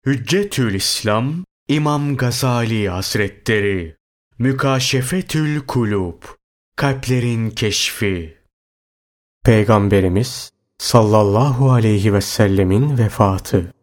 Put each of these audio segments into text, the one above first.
Hüccetül İslam İmam Gazali Hazretleri. Mükaşefetül Kulub, kalplerin keşfi. Peygamberimiz sallallahu aleyhi ve sellemin vefatı.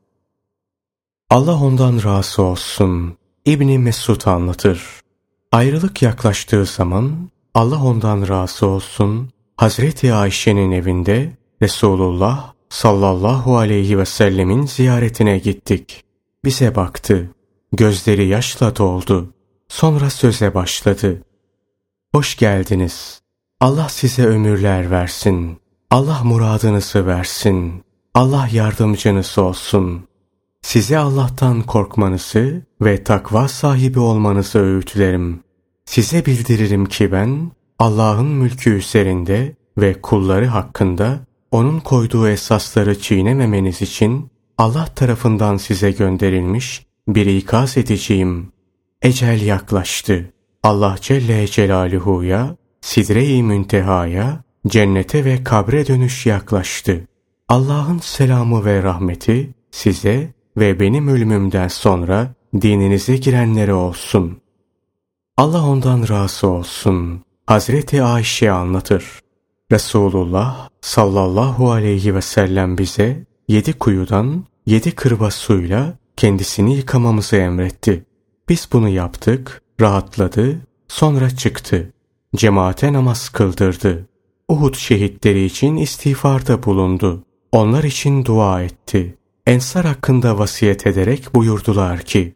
Allah ondan razı olsun. İbn Mesud anlatır. Ayrılık yaklaştığı zaman Allah ondan razı olsun, Hazreti Ayşe'nin evinde Resulullah sallallahu aleyhi ve sellemin ziyaretine gittik. Bize baktı. Gözleri yaşla doldu. Sonra söze başladı. Hoş geldiniz. Allah size ömürler versin. Allah muradınızı versin. Allah yardımcınız olsun. Size Allah'tan korkmanızı ve takva sahibi olmanızı öğütlerim. Size bildiririm ki ben Allah'ın mülkü üzerinde ve kulları hakkında onun koyduğu esasları çiğnememeniz için Allah tarafından size gönderilmiş bir ikaz edeceğim. Ecel yaklaştı. Allah Celle Celaluhu'ya, Sidre-i Münteha'ya, cennete ve kabre dönüş yaklaştı. Allah'ın selamı ve rahmeti size ve benim ölümümden sonra dininize girenlere olsun. Allah ondan razı olsun. Hazreti Ayşe anlatır. Resulullah sallallahu aleyhi ve sellem bize 7 kuyudan 7 kırba suyla kendisini yıkamamızı emretti. Biz bunu yaptık, rahatladı, sonra çıktı. Cemaate namaz kıldırdı. Uhud şehitleri için istiğfarda bulundu. Onlar için dua etti. Ensar hakkında vasiyet ederek buyurdular ki: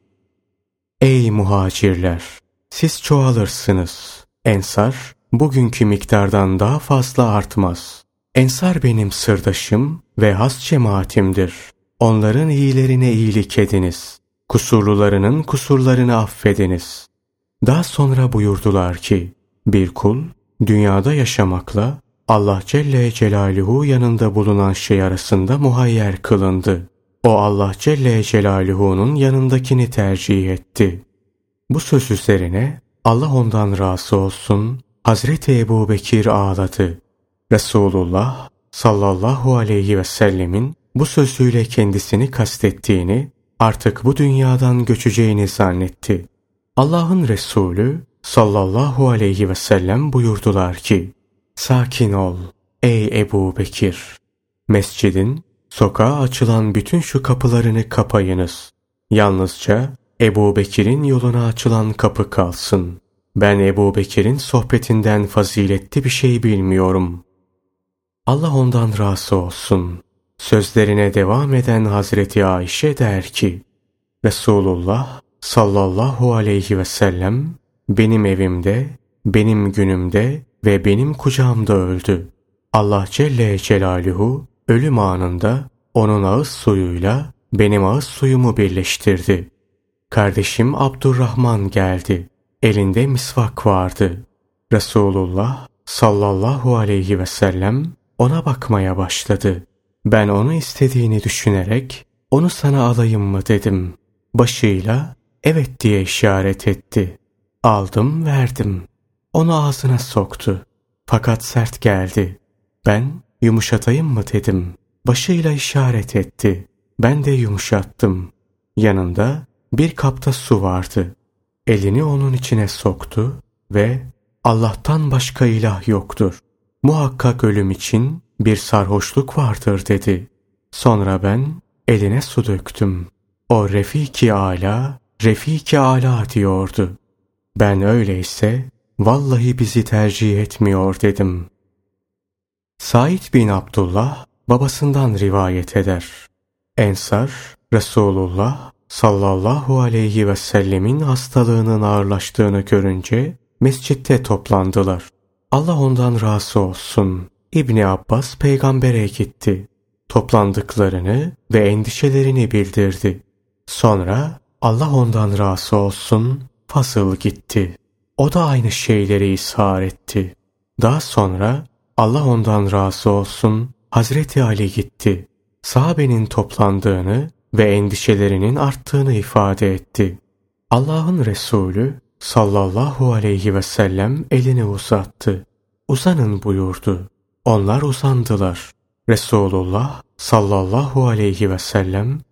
Ey muhacirler! Siz çoğalırsınız. Ensar bugünkü miktardan daha fazla artmaz. Ensar benim sırdaşım ve has cemaatimdir. Onların iyilerine iyilik ediniz. Kusurlularının kusurlarını affediniz. Daha sonra buyurdular ki, bir kul dünyada yaşamakla Allah Celle Celaluhu yanında bulunan şey arasında muhayyer kılındı. O Allah Celle Celaluhu'nun yanındakini tercih etti. Bu söz üzerine Allah ondan razı olsun, Hazreti Ebubekir ağladı. Resulullah sallallahu aleyhi ve sellemin bu sözüyle kendisini kastettiğini, artık bu dünyadan göçeceğini zannetti. Allah'ın Resulü sallallahu aleyhi ve sellem buyurdular ki: Sakin ol ey Ebubekir. Mescidin sokağa açılan bütün şu kapılarını kapayınız. Yalnızca Ebubekir'in yoluna açılan kapı kalsın. Ben Ebubekir'in sohbetinden faziletli bir şey bilmiyorum. Allah ondan razı olsun. Sözlerine devam eden Hazreti Ayşe der ki: Resulullah sallallahu aleyhi ve sellem benim evimde, benim günümde ve benim kucağımda öldü. Allah Celle Celaluhu ölüm anında onun ağız suyuyla benim ağız suyumu birleştirdi. Kardeşim Abdurrahman geldi. Elinde misvak vardı. Resulullah sallallahu aleyhi ve sellem ona bakmaya başladı. Ben onu istediğini düşünerek onu sana alayım mı dedim. Başıyla evet diye işaret etti. Aldım verdim. Onu ağzına soktu. Fakat sert geldi. Ben yumuşatayım mı dedim. Başıyla işaret etti. Ben de yumuşattım. Yanında bir kapta su vardı. Elini onun içine soktu ve Allah'tan başka ilah yoktur. Muhakkak ölüm için bir sarhoşluk vardır dedi. Sonra ben eline su döktüm. O Refik-i Âlâ, Refik-i Âlâ diyordu. Ben öyleyse vallahi bizi tercih etmiyor dedim. Said bin Abdullah babasından rivayet eder. Ensar, Resulullah sallallahu aleyhi ve sellemin hastalığının ağırlaştığını görünce mescitte toplandılar. Allah ondan razı olsun. İbni Abbas peygambere gitti. Toplandıklarını ve endişelerini bildirdi. Sonra Allah ondan razı olsun Fasıl gitti. O da aynı şeyleri ishar etti. Daha sonra Allah ondan razı olsun Hazreti Ali gitti. Sahabenin toplandığını ve endişelerinin arttığını ifade etti. Allah'ın Resulü sallallahu aleyhi ve sellem elini uzattı. Uzanın buyurdu. Onlar uzandılar. Resulullah sallallahu aleyhi ve sellem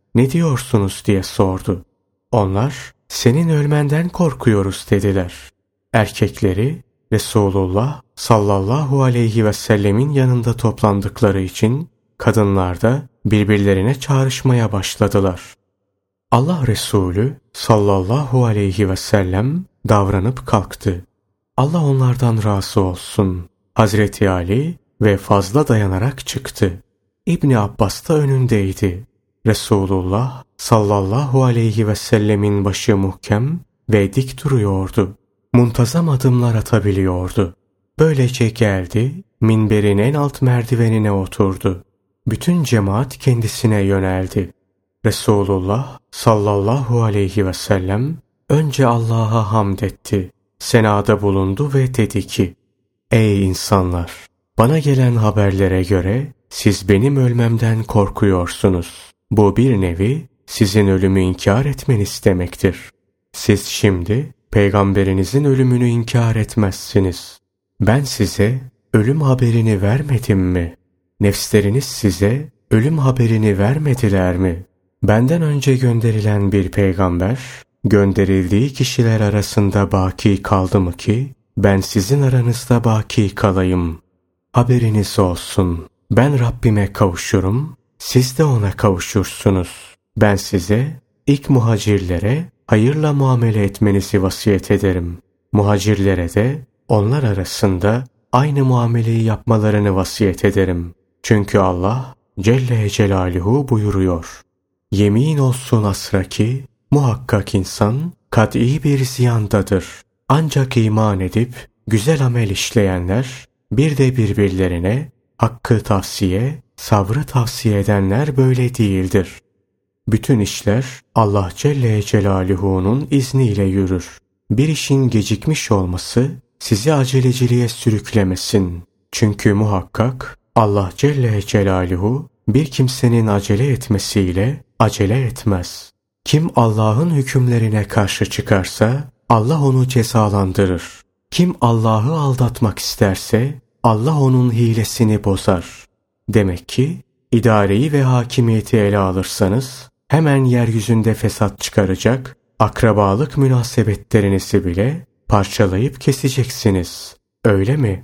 ne diyorsunuz diye sordu. Onlar, senin ölmenden korkuyoruz dediler. Erkekleri Resulullah sallallahu aleyhi ve sellemin yanında toplandıkları için kadınlar da birbirlerine çağrışmaya başladılar. Allah Resulü sallallahu aleyhi ve sellem davranıp kalktı. Allah onlardan razı olsun. Hazreti Ali ve fazla dayanarak çıktı. İbni Abbas da önündeydi. Resulullah sallallahu aleyhi ve sellemin başı muhkem ve dik duruyordu. Muntazam adımlar atabiliyordu. Böylece geldi, minberin en alt merdivenine oturdu. Bütün cemaat kendisine yöneldi. Resulullah sallallahu aleyhi ve sellem önce Allah'a hamd etti. Senada bulundu ve dedi ki, ey insanlar! Bana gelen haberlere göre siz benim ölmemden korkuyorsunuz. Bu bir nevi sizin ölümü inkar etmeniz demektir. Siz şimdi peygamberinizin ölümünü inkar etmezsiniz. Ben size ölüm haberini vermedim mi? Nefsleriniz size ölüm haberini vermediler mi? Benden önce gönderilen bir peygamber, gönderildiği kişiler arasında baki kaldı mı ki, ben sizin aranızda baki kalayım. Haberiniz olsun, ben Rabbime kavuşurum, siz de ona kavuşursunuz. Ben size ilk muhacirlere hayırla muamele etmenizi vasiyet ederim. Muhacirlere de onlar arasında aynı muameleyi yapmalarını vasiyet ederim. Çünkü Allah Celle Celaluhu buyuruyor. Yemin olsun asra ki muhakkak insan kat'i bir ziyandadır. Ancak iman edip güzel amel işleyenler, bir de birbirlerine hakkı tavsiye, sabrı tavsiye edenler böyle değildir. Bütün işler Allah Celle Celaluhu'nun izniyle yürür. Bir işin gecikmiş olması sizi aceleciliğe sürüklemesin. Çünkü muhakkak Allah Celle Celaluhu bir kimsenin acele etmesiyle acele etmez. Kim Allah'ın hükümlerine karşı çıkarsa Allah onu cezalandırır. Kim Allah'ı aldatmak isterse Allah onun hilesini bozar. Demek ki idareyi ve hakimiyeti ele alırsanız hemen yeryüzünde fesat çıkaracak, akrabalık münasebetlerinizi bile parçalayıp keseceksiniz. Öyle mi?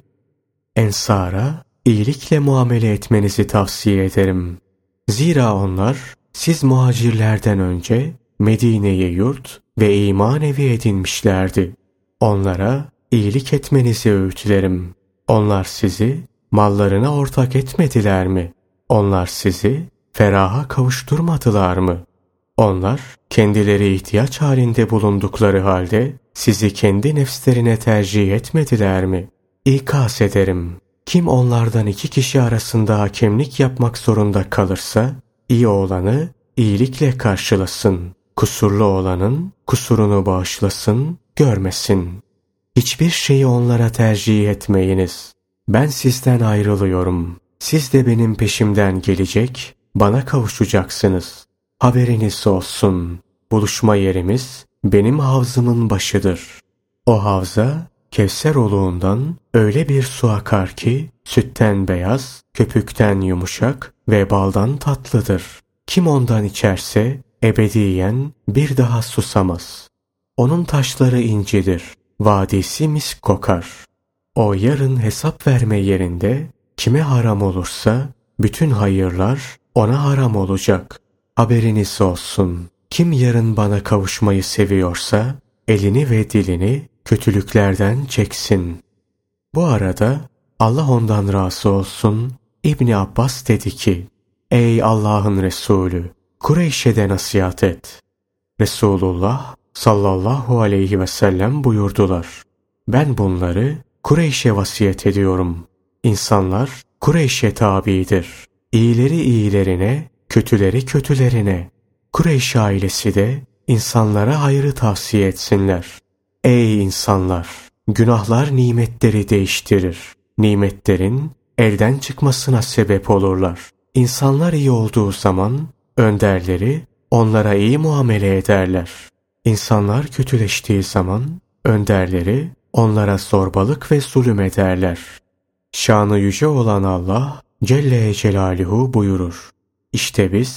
Ensara iyilikle muamele etmenizi tavsiye ederim. Zira onlar siz muhacirlerden önce Medine'ye yurt ve iman evi edinmişlerdi. Onlara iyilik etmenizi öğütlerim. Onlar sizi mallarına ortak etmediler mi? Onlar sizi feraha kavuşturmadılar mı? Onlar kendileri ihtiyaç halinde bulundukları halde sizi kendi nefslerine tercih etmediler mi? İkaz ederim. Kim onlardan iki kişi arasında hakemlik yapmak zorunda kalırsa, iyi olanı iyilikle karşılasın. Kusurlu olanın kusurunu bağışlasın, görmesin. Hiçbir şeyi onlara tercih etmeyiniz. Ben sizden ayrılıyorum. Siz de benim peşimden gelecek, bana kavuşacaksınız. Haberiniz olsun. Buluşma yerimiz benim havzımın başıdır. O havza Kevser oluğundan öyle bir su akar ki sütten beyaz, köpükten yumuşak ve baldan tatlıdır. Kim ondan içerse ebediyen bir daha susamaz. Onun taşları incidir, vadisi misk kokar. O yarın hesap verme yerinde kime haram olursa bütün hayırlar ona haram olacak. Haberiniz olsun. Kim yarın bana kavuşmayı seviyorsa elini ve dilini kötülüklerden çeksin. Bu arada Allah ondan razı olsun, İbni Abbas dedi ki, ey Allah'ın Resulü, Kureyş'e de nasihat et. Resulullah sallallahu aleyhi ve sellem buyurdular. Ben bunları Kureyş'e vasiyet ediyorum. İnsanlar Kureyş'e tabidir. İyileri iyilerine, kötüleri kötülerine. Kureyş ailesi de insanlara hayrı tavsiye etsinler. Ey insanlar! Günahlar nimetleri değiştirir. Nimetlerin elden çıkmasına sebep olurlar. İnsanlar iyi olduğu zaman önderleri onlara iyi muamele ederler. İnsanlar kötüleştiği zaman önderleri onlara zorbalık ve zulüm ederler. Şanı yüce olan Allah Celle Celaluhu buyurur. İşte biz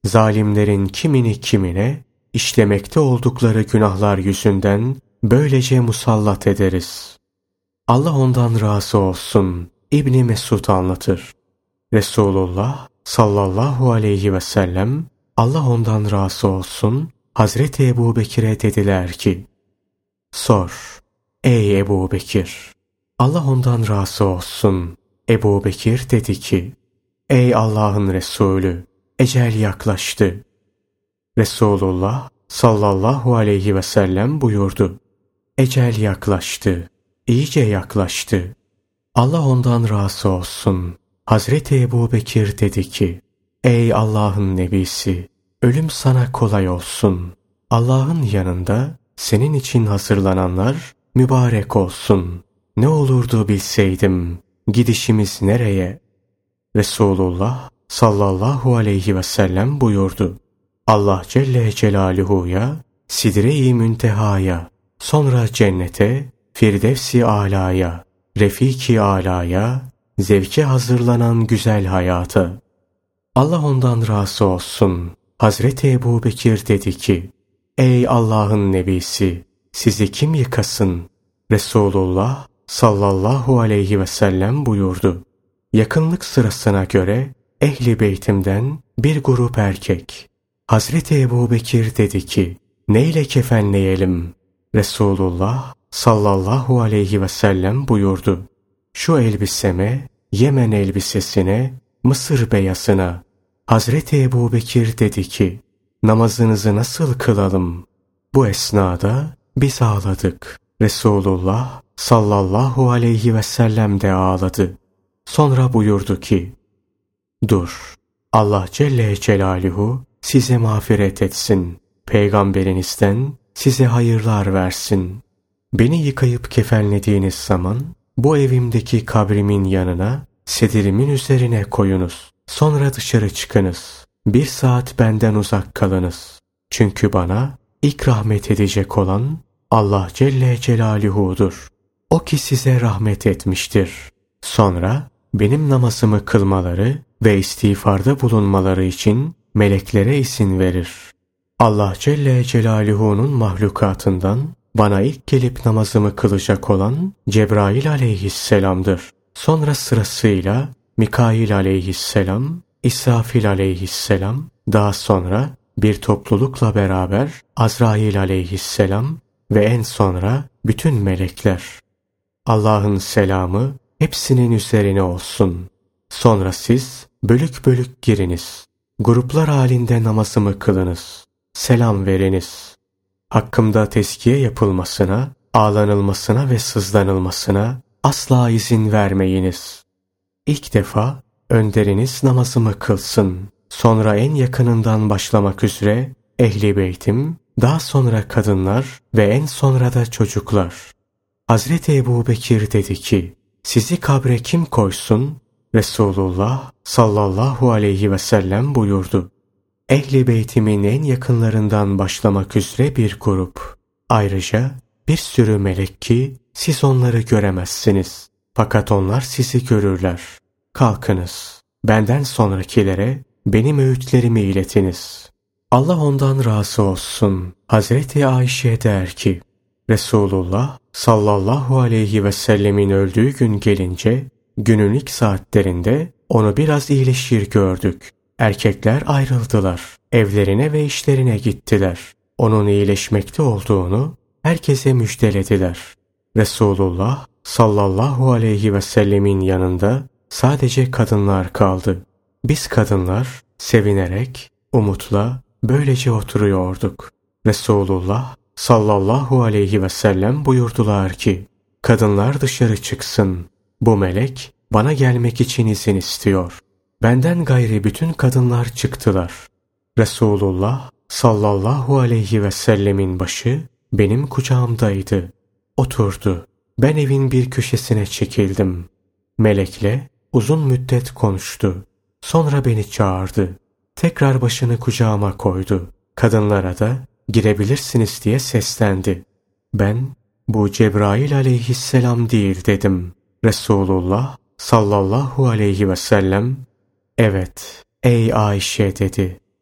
zalimlerin kimini kimine işlemekte oldukları günahlar yüzünden böylece musallat ederiz. Allah ondan razı olsun. İbni Mesud anlatır. Resulullah sallallahu aleyhi ve sellem, Allah ondan razı olsun, Hazreti Ebubekir'e dediler ki, sor, ey Ebubekir. Allah ondan razı olsun. Ebubekir dedi ki, ey Allah'ın Resulü, ecel yaklaştı. Resulullah sallallahu aleyhi ve sellem buyurdu. Ecel yaklaştı, iyice yaklaştı. Allah ondan razı olsun. Hazreti Ebubekir dedi ki, ey Allah'ın nebisi, ölüm sana kolay olsun. Allah'ın yanında senin için hazırlananlar mübarek olsun. Ne olurdu bilseydim, gidişimiz nereye? Resulullah sallallahu aleyhi ve sellem buyurdu. Allah Celle Celaluhu'ya, Sidre-i Münteha'ya, sonra cennete, Firdevs-i Ala'ya, Refik-i Ala'ya, zevke hazırlanan güzel hayata. Allah ondan razı olsun. Hazreti Ebubekir dedi ki, ey Allah'ın nebisi, sizi kim yıkasın? Resulullah sallallahu aleyhi ve sellem buyurdu. Yakınlık sırasına göre ehli beytimden bir grup erkek. Hazreti Ebubekir dedi ki, neyle kefenleyelim? Resulullah sallallahu aleyhi ve sellem buyurdu. Şu elbiseme, Yemen elbisesine, Mısır beyazına. Hazreti Ebubekir dedi ki, namazınızı nasıl kılalım? Bu esnada biz ağladık. Resulullah sallallahu aleyhi ve sellem de ağladı. Sonra buyurdu ki, dur, Allah Celle Celaluhu size mağfiret etsin. Peygamberinizden size hayırlar versin. Beni yıkayıp kefenlediğiniz zaman bu evimdeki kabrimin yanına sedirimin üzerine koyunuz. Sonra dışarı çıkınız. 1 saat benden uzak kalınız. Çünkü bana ilk rahmet edecek olan Allah Celle Celaluhu'dur. O ki size rahmet etmiştir. Sonra benim namazımı kılmaları ve istiğfarda bulunmaları için meleklere izin verir. Allah Celle Celaluhu'nun mahlukatından bana ilk gelip namazımı kılacak olan Cebrail aleyhisselamdır. Sonra sırasıyla Mikail aleyhisselam, İsrafil aleyhisselam, daha sonra bir toplulukla beraber Azrail aleyhisselam ve en sonra bütün melekler. Allah'ın selamı hepsinin üzerine olsun. Sonra siz bölük bölük giriniz. Gruplar halinde namazımı kılınız. Selam veriniz. Hakkımda tezkiye yapılmasına, ağlanılmasına ve sızlanılmasına asla izin vermeyiniz. İlk defa önderiniz namazımı kılsın. Sonra en yakınından başlamak üzere ehli beytim, daha sonra kadınlar ve en sonra da çocuklar. Hazreti Ebubekir dedi ki, sizi kabre kim koysun? Resulullah sallallahu aleyhi ve sellem buyurdu. Ehli beytimin en yakınlarından başlamak üzere bir grup. Ayrıca bir sürü melek ki siz onları göremezsiniz. Fakat onlar sizi görürler. Kalkınız. Benden sonrakilere benim öğütlerimi iletiniz. Allah ondan razı olsun. Hazreti Ayşe der ki, Resulullah sallallahu aleyhi ve sellemin öldüğü gün gelince günün ilk saatlerinde onu biraz iyileşir gördük. Erkekler ayrıldılar. Evlerine ve işlerine gittiler. Onun iyileşmekte olduğunu herkese müjdelediler. Resulullah sallallahu aleyhi ve sellemin yanında sadece kadınlar kaldı. Biz kadınlar sevinerek, umutla böylece oturuyorduk. Resulullah sallallahu aleyhi ve sellem buyurdular ki, kadınlar dışarı çıksın. Bu melek bana gelmek için izin istiyor. Benden gayri bütün kadınlar çıktılar. Resulullah sallallahu aleyhi ve sellemin başı benim kucağımdaydı. Oturdu. Ben evin bir köşesine çekildim. Melekle uzun müddet konuştu. Sonra beni çağırdı. Tekrar başını kucağıma koydu. Kadınlara da girebilirsiniz diye seslendi. Ben bu Cebrail aleyhisselam değil dedim. Resulullah sallallahu aleyhi ve sellem evet ey Ayşe dedi.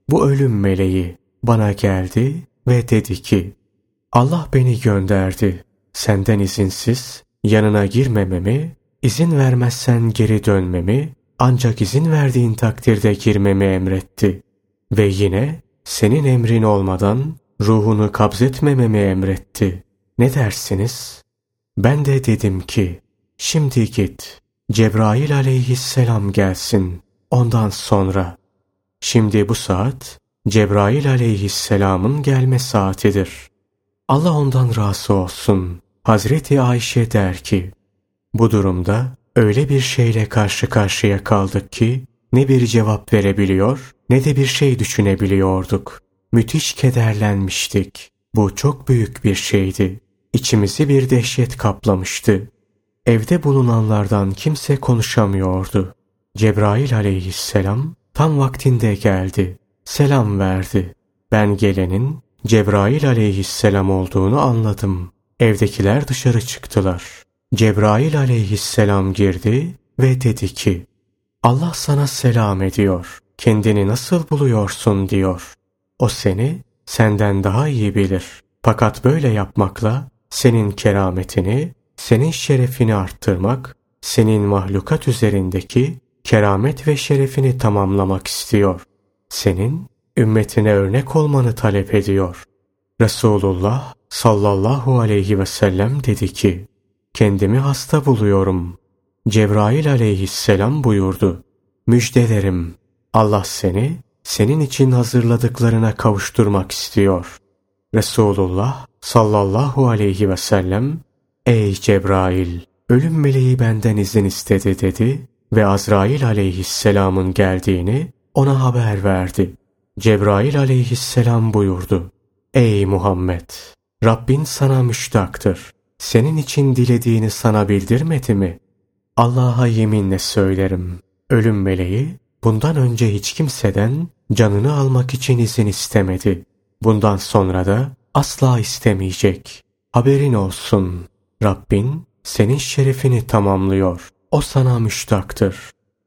bu ölüm meleği bana geldi ve dedi ki, Allah beni gönderdi. Senden izinsiz yanına girmememi, izin vermezsen geri dönmemi, ancak izin verdiğin takdirde girmemi emretti. Ve yine senin emrin olmadan ruhunu kabzetmememi emretti. Ne dersiniz? Ben de dedim ki, şimdi git, Cebrail aleyhisselam gelsin. Ondan sonra. Şimdi bu saat Cebrail aleyhisselamın gelme saatidir. Allah ondan razı olsun. Hazreti Ayşe der ki, bu durumda öyle bir şeyle karşı karşıya kaldık ki ne bir cevap verebiliyor ne de bir şey düşünebiliyorduk. Müthiş kederlenmiştik. Bu çok büyük bir şeydi. İçimizi bir dehşet kaplamıştı. Evde bulunanlardan kimse konuşamıyordu. Cebrail aleyhisselam tam vaktinde geldi. Selam verdi. Ben gelenin Cebrail aleyhisselam olduğunu anladım. Evdekiler dışarı çıktılar. Cebrail aleyhisselam girdi ve dedi ki, Allah sana selam ediyor. Kendini nasıl buluyorsun diyor. O seni senden daha iyi bilir. Fakat böyle yapmakla senin kerametini, senin şerefini arttırmak, senin mahlukat üzerindeki keramet ve şerefini tamamlamak istiyor. Senin ümmetine örnek olmanı talep ediyor. Resulullah sallallahu aleyhi ve sellem dedi ki, kendimi hasta buluyorum. Cebrail aleyhisselam buyurdu, müjdelerim. Allah seni, senin için hazırladıklarına kavuşturmak istiyor. Resulullah sallallahu aleyhi ve sellem, ey Cebrail, ölüm meleği benden izin istedi dedi ve Azrail aleyhisselamın geldiğini ona haber verdi. Cebrail aleyhisselam buyurdu, ey Muhammed, Rabbin sana müştaktır. Senin için dilediğini sana bildirmedi mi? Allah'a yeminle söylerim, ölüm meleği bundan önce hiç kimseden canını almak için izin istemedi. Bundan sonra da asla istemeyecek. Haberin olsun. Rabbin senin şerefini tamamlıyor. O sana müştaktır.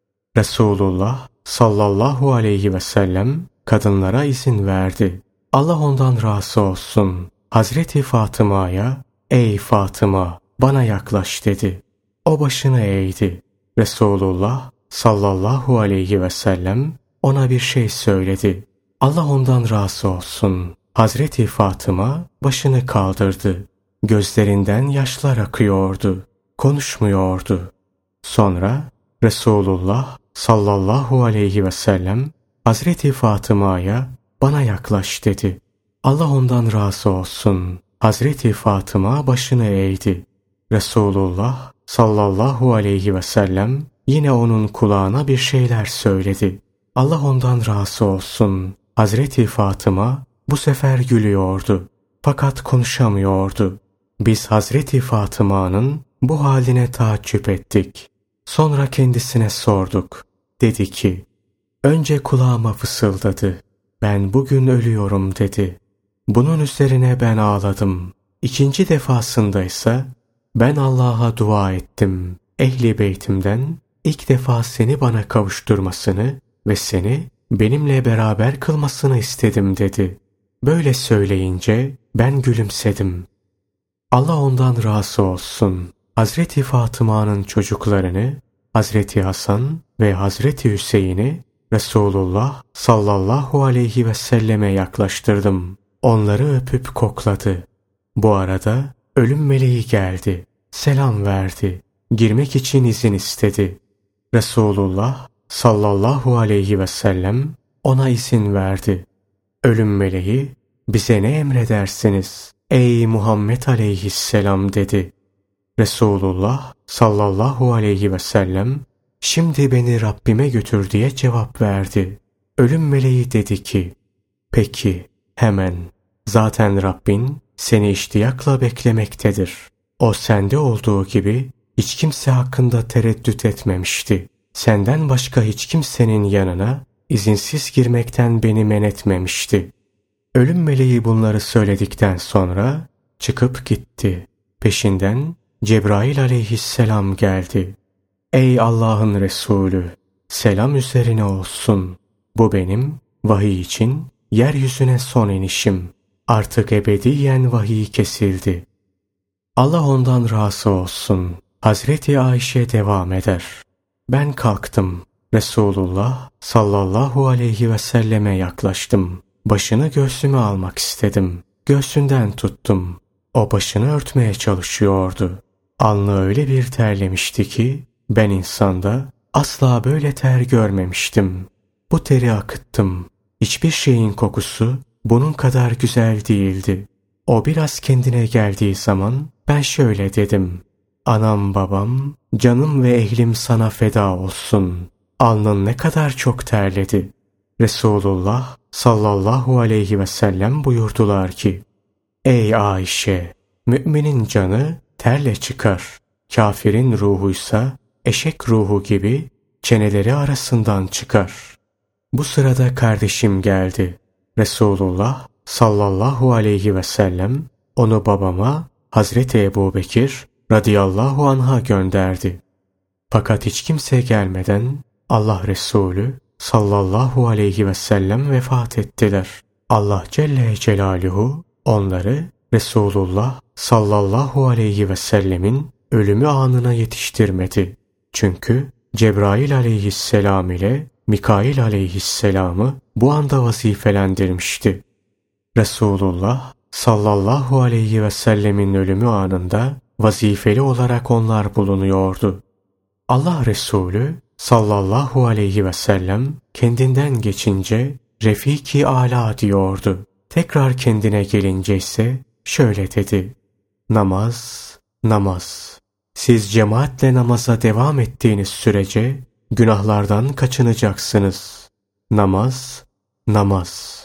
Resulullah sallallahu aleyhi ve sellem kadınlara izin verdi. Allah ondan razı olsun. Hazreti Fatıma'ya, ey Fatıma bana yaklaş dedi. O başını eğdi. Resulullah sallallahu aleyhi ve sellem ona bir şey söyledi. Allah ondan razı olsun. Hazreti Fatıma başını kaldırdı. Gözlerinden yaşlar akıyordu. Konuşmuyordu. Sonra Resulullah sallallahu aleyhi ve sellem Hazreti Fatıma'ya bana yaklaş dedi. Allah ondan razı olsun. Hazreti Fatıma başını eğdi. Resulullah sallallahu aleyhi ve sellem yine onun kulağına bir şeyler söyledi. Allah ondan razı olsun. Hazreti Fatıma bu sefer gülüyordu. Fakat konuşamıyordu. Biz Hazreti Fatıma'nın bu haline taaccüp ettik. Sonra kendisine sorduk. Dedi ki, önce kulağıma fısıldadı. Ben bugün ölüyorum dedi. Bunun üzerine ben ağladım. İkinci defasındaysa ben Allah'a dua ettim. Ehli beytimden ilk defa seni bana kavuşturmasını ve seni benimle beraber kılmasını istedim dedi. Böyle söyleyince ben gülümsedim. Allah ondan razı olsun. Hazreti Fatıma'nın çocuklarını, Hazreti Hasan ve Hazreti Hüseyin'i Resulullah sallallahu aleyhi ve selleme yaklaştırdım. Onları öpüp kokladı. Bu arada ölüm meleği geldi. Selam verdi. Girmek için izin istedi. Resulullah sallallahu aleyhi ve sellem ona izin verdi. Ölüm meleği, bize ne emredersiniz ey Muhammed aleyhisselam dedi. Resulullah sallallahu aleyhi ve sellem, şimdi beni Rabbime götür diye cevap verdi. Ölüm meleği dedi ki, peki hemen, zaten Rabbin seni iştiyakla beklemektedir. O sende olduğu gibi hiç kimse hakkında tereddüt etmemişti. Senden başka hiç kimsenin yanına izinsiz girmekten beni men etmemişti. Ölüm meleği bunları söyledikten sonra çıkıp gitti. Peşinden Cebrail aleyhisselam geldi. Ey Allah'ın Resulü, selam üzerine olsun. Bu benim Vahiy için yeryüzüne son inişim. Artık ebediyen vahiy kesildi. Allah ondan razı olsun. Hazreti Ayşe devam eder. Ben kalktım. Resulullah sallallahu aleyhi ve selleme yaklaştım. Başını göğsüme almak istedim. Göğsünden tuttum. O başını örtmeye çalışıyordu. Alnı öyle bir terlemişti ki ben insanda asla böyle ter görmemiştim. Bu teri akıttım. Hiçbir şeyin kokusu bunun kadar güzel değildi. O biraz kendine geldiği zaman ben şöyle dedim. Anam babam, canım ve ehlim sana feda olsun. Alnın ne kadar çok terledi. Resulullah sallallahu aleyhi ve sellem buyurdular ki, ey Ayşe, müminin canı terle çıkar. Kafirin ruhuysa eşek ruhu gibi çeneleri arasından çıkar. Bu sırada kardeşim geldi. Resulullah sallallahu aleyhi ve sellem onu babama Hazreti Ebubekir radıyallahu anh'a gönderdi. Fakat hiç kimse gelmeden Allah Resulü sallallahu aleyhi ve sellem vefat ettiler. Allah Celle Celaluhu onları Resulullah sallallahu aleyhi ve sellemin ölümü anına yetiştirmedi. Çünkü Cebrail aleyhisselam ile Mikail aleyhisselamı bu anda vazifelendirmişti. Resulullah sallallahu aleyhi ve sellemin ölümü anında vazifeli olarak onlar bulunuyordu. Allah Resulü sallallahu aleyhi ve sellem kendinden geçince Refiki Ala diyordu. Tekrar kendine gelince ise şöyle dedi. Namaz, namaz. Siz cemaatle namaza devam ettiğiniz sürece günahlardan kaçınacaksınız. Namaz, namaz.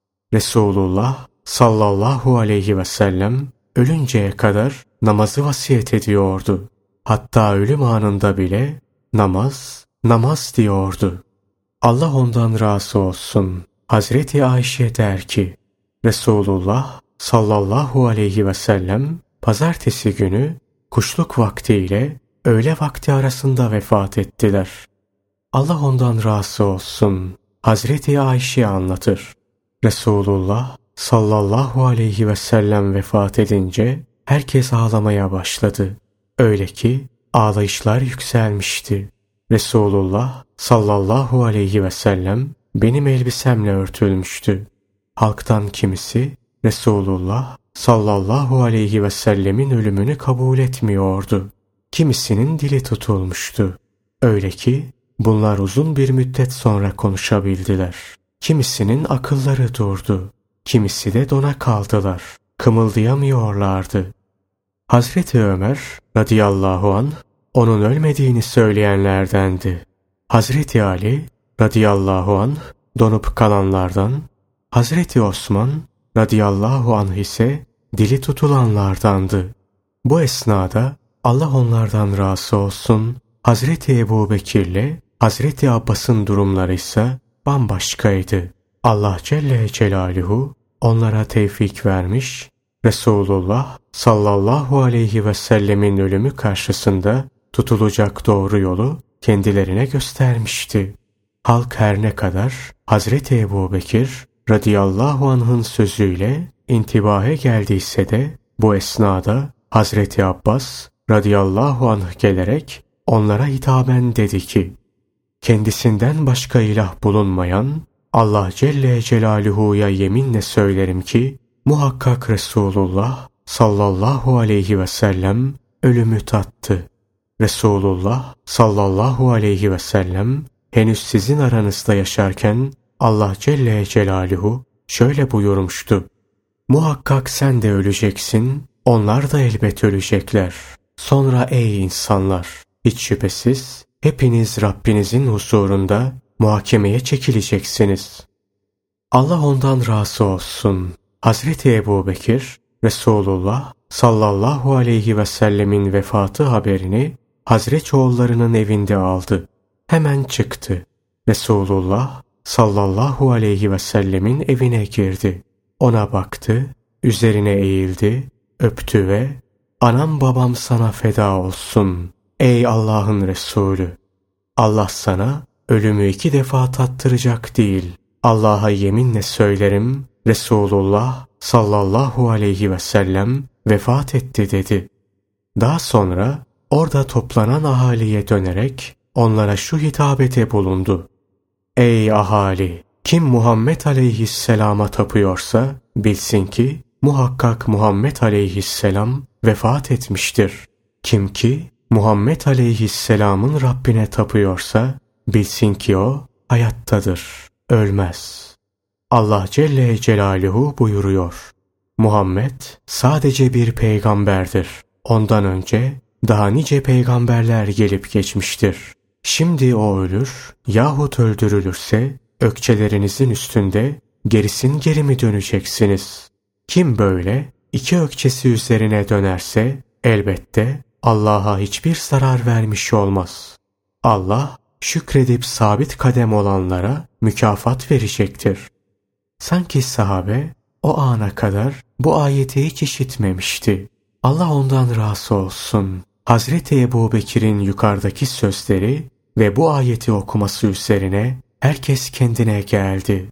Resulullah sallallahu aleyhi ve sellem ölünceye kadar namazı vasiyet ediyordu. Hatta ölüm anında bile namaz, namaz diyordu. Allah ondan razı olsun. Hazreti Ayşe der ki, Resulullah sallallahu aleyhi ve sellem pazartesi günü kuşluk vakti ile öğle vakti arasında vefat ettiler. Allah ondan razı olsun. Hazreti Ayşe anlatır. Resulullah sallallahu aleyhi ve sellem vefat edince herkes ağlamaya başladı. Öyle ki ağlayışlar yükselmişti. Resulullah sallallahu aleyhi ve sellem benim elbisemle örtülmüştü. Halktan kimisi Resulullah sallallahu aleyhi ve sellemin ölümünü kabul etmiyordu. Kimisinin dili tutulmuştu. Öyle ki bunlar uzun bir müddet sonra konuşabildiler. Kimisinin akılları durdu. Kimisi de dona kaldılar. Kımıldayamıyorlardı. Hazreti Ömer radıyallahu anh onun ölmediğini söyleyenlerdendi. Hazreti Ali radıyallahu anh donup kalanlardan, Hazreti Osman radıyallahu anh ise dili tutulanlardandı. Bu esnada Allah onlardan razı olsun, Hazreti Ebubekir'le Hazreti Abbas'ın durumları ise bambaşkaydı. Allah Celle Celaluhu onlara tevfik vermiş, Resulullah sallallahu aleyhi ve sellemin ölümü karşısında tutulacak doğru yolu kendilerine göstermişti. Halk her ne kadar Hazreti Ebubekir radıyallahu anh'ın sözüyle intibahe geldiyse de bu esnada Hazreti Abbas radıyallahu anh gelerek onlara hitaben dedi ki, kendisinden başka ilah bulunmayan Allah Celle Celaluhu'ya yeminle söylerim ki muhakkak Resulullah sallallahu aleyhi ve sellem ölümü tattı. Resulullah sallallahu aleyhi ve sellem henüz sizin aranızda yaşarken Allah Celle Celaluhu şöyle buyurmuştu. Muhakkak sen de öleceksin, onlar da elbet ölecekler. Sonra ey insanlar, hiç şüphesiz hepiniz Rabbinizin huzurunda muhakemeye çekileceksiniz. Allah ondan razı olsun. Hazreti Ebubekir, Resulullah sallallahu aleyhi ve sellemin vefatı haberini Hazreti oğullarının evinde aldı. Hemen çıktı. Resulullah sallallahu aleyhi ve sellemin evine girdi. Ona baktı, üzerine eğildi, öptü ve anam babam sana feda olsun. Ey Allah'ın Resulü! Allah sana ölümü 2 defa tattıracak değil. Allah'a yeminle söylerim, Resulullah sallallahu aleyhi ve sellem vefat etti dedi. Daha sonra orada toplanan ahaliye dönerek onlara şu hitabete bulundu. Ey ahali! Kim Muhammed aleyhisselama tapıyorsa bilsin ki muhakkak Muhammed aleyhisselam vefat etmiştir. Kim ki Muhammed aleyhisselamın Rabbine tapıyorsa bilsin ki o hayattadır, ölmez. Allah Celle Celaluhu buyuruyor. Muhammed sadece bir peygamberdir. Ondan önce daha nice peygamberler gelip geçmiştir. Şimdi o ölür yahut öldürülürse ökçelerinizin üstünde gerisin geri mi döneceksiniz? Kim böyle iki ökçesi üzerine dönerse elbette Allah'a hiçbir zarar vermiş olmaz. Allah şükredip sabit kadem olanlara mükafat verecektir. Sanki sahabe o ana kadar bu ayeti hiç işitmemişti. Allah ondan razı olsun. Hazreti Ebubekir'in yukarıdaki sözleri ve bu ayeti okuması üzerine herkes kendine geldi.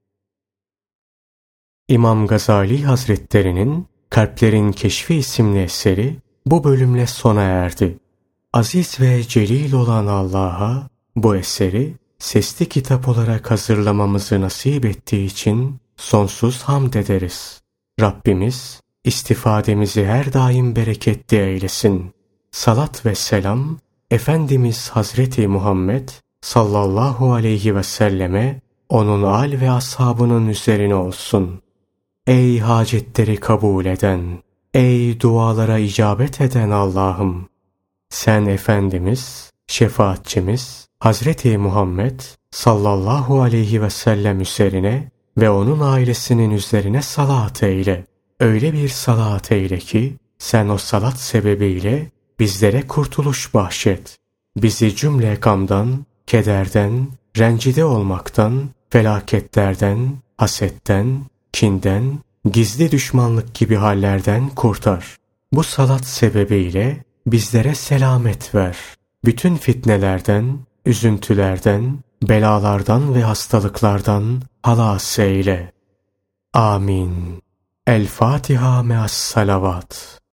İmam Gazali Hazretleri'nin Kalplerin Keşfi isimli eseri bu bölümle sona erdi. Aziz ve celil olan Allah'a bu eseri sesli kitap olarak hazırlamamızı nasip ettiği için sonsuz hamd ederiz. Rabbimiz istifademizi her daim bereketli eylesin. Salat ve selam Efendimiz Hazreti Muhammed sallallahu aleyhi ve selleme, onun âl ve ashabının üzerine olsun. Ey hacetleri kabul eden, ey dualara icabet eden Allah'ım! Sen Efendimiz, şefaatçimiz Hazreti Muhammed sallallahu aleyhi ve sellem üzerine ve onun ailesinin üzerine salat eyle. Öyle bir salat eyle ki sen o salat sebebiyle bizlere kurtuluş bahşet. Bizi cümle gamdan, kederden, rencide olmaktan, felaketlerden, hasetten, kinden, gizli düşmanlık gibi hallerden kurtar. Bu salat sebebiyle bizlere selamet ver. Bütün fitnelerden, üzüntülerden, belalardan ve hastalıklardan halas eyle. Amin. El Fatiha me'as salavat.